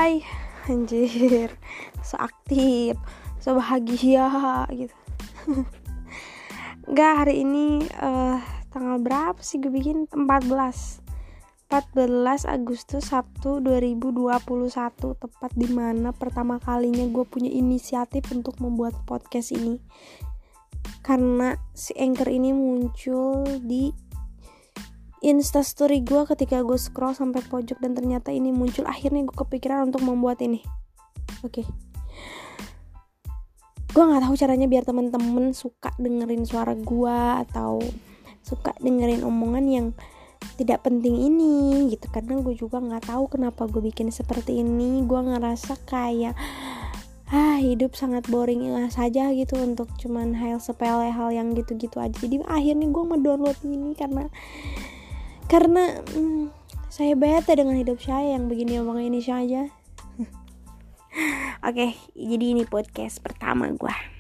Hai, anjir, so aktif, so bahagia gitu. Enggak, hari ini tanggal berapa sih gue bikin? 14 Agustus Sabtu 2021, tepat di mana pertama kalinya gue punya inisiatif untuk membuat podcast ini. Karena si Anchor ini muncul di Instastory gue ketika gue scroll sampai pojok dan ternyata ini muncul. Akhirnya gue kepikiran untuk membuat ini. Oke. Gue nggak tahu caranya biar temen-temen suka dengerin suara gue atau suka dengerin omongan yang tidak penting ini gitu. Karena gue juga nggak tahu kenapa gue bikin seperti ini. Gue ngerasa kayak hidup sangat boring saja gitu untuk cuman hal sepele, hal yang gitu-gitu aja. Jadi akhirnya gue ngedownload ini karena saya bete dengan hidup saya yang begini ini saja. Oke, jadi ini podcast pertama gue.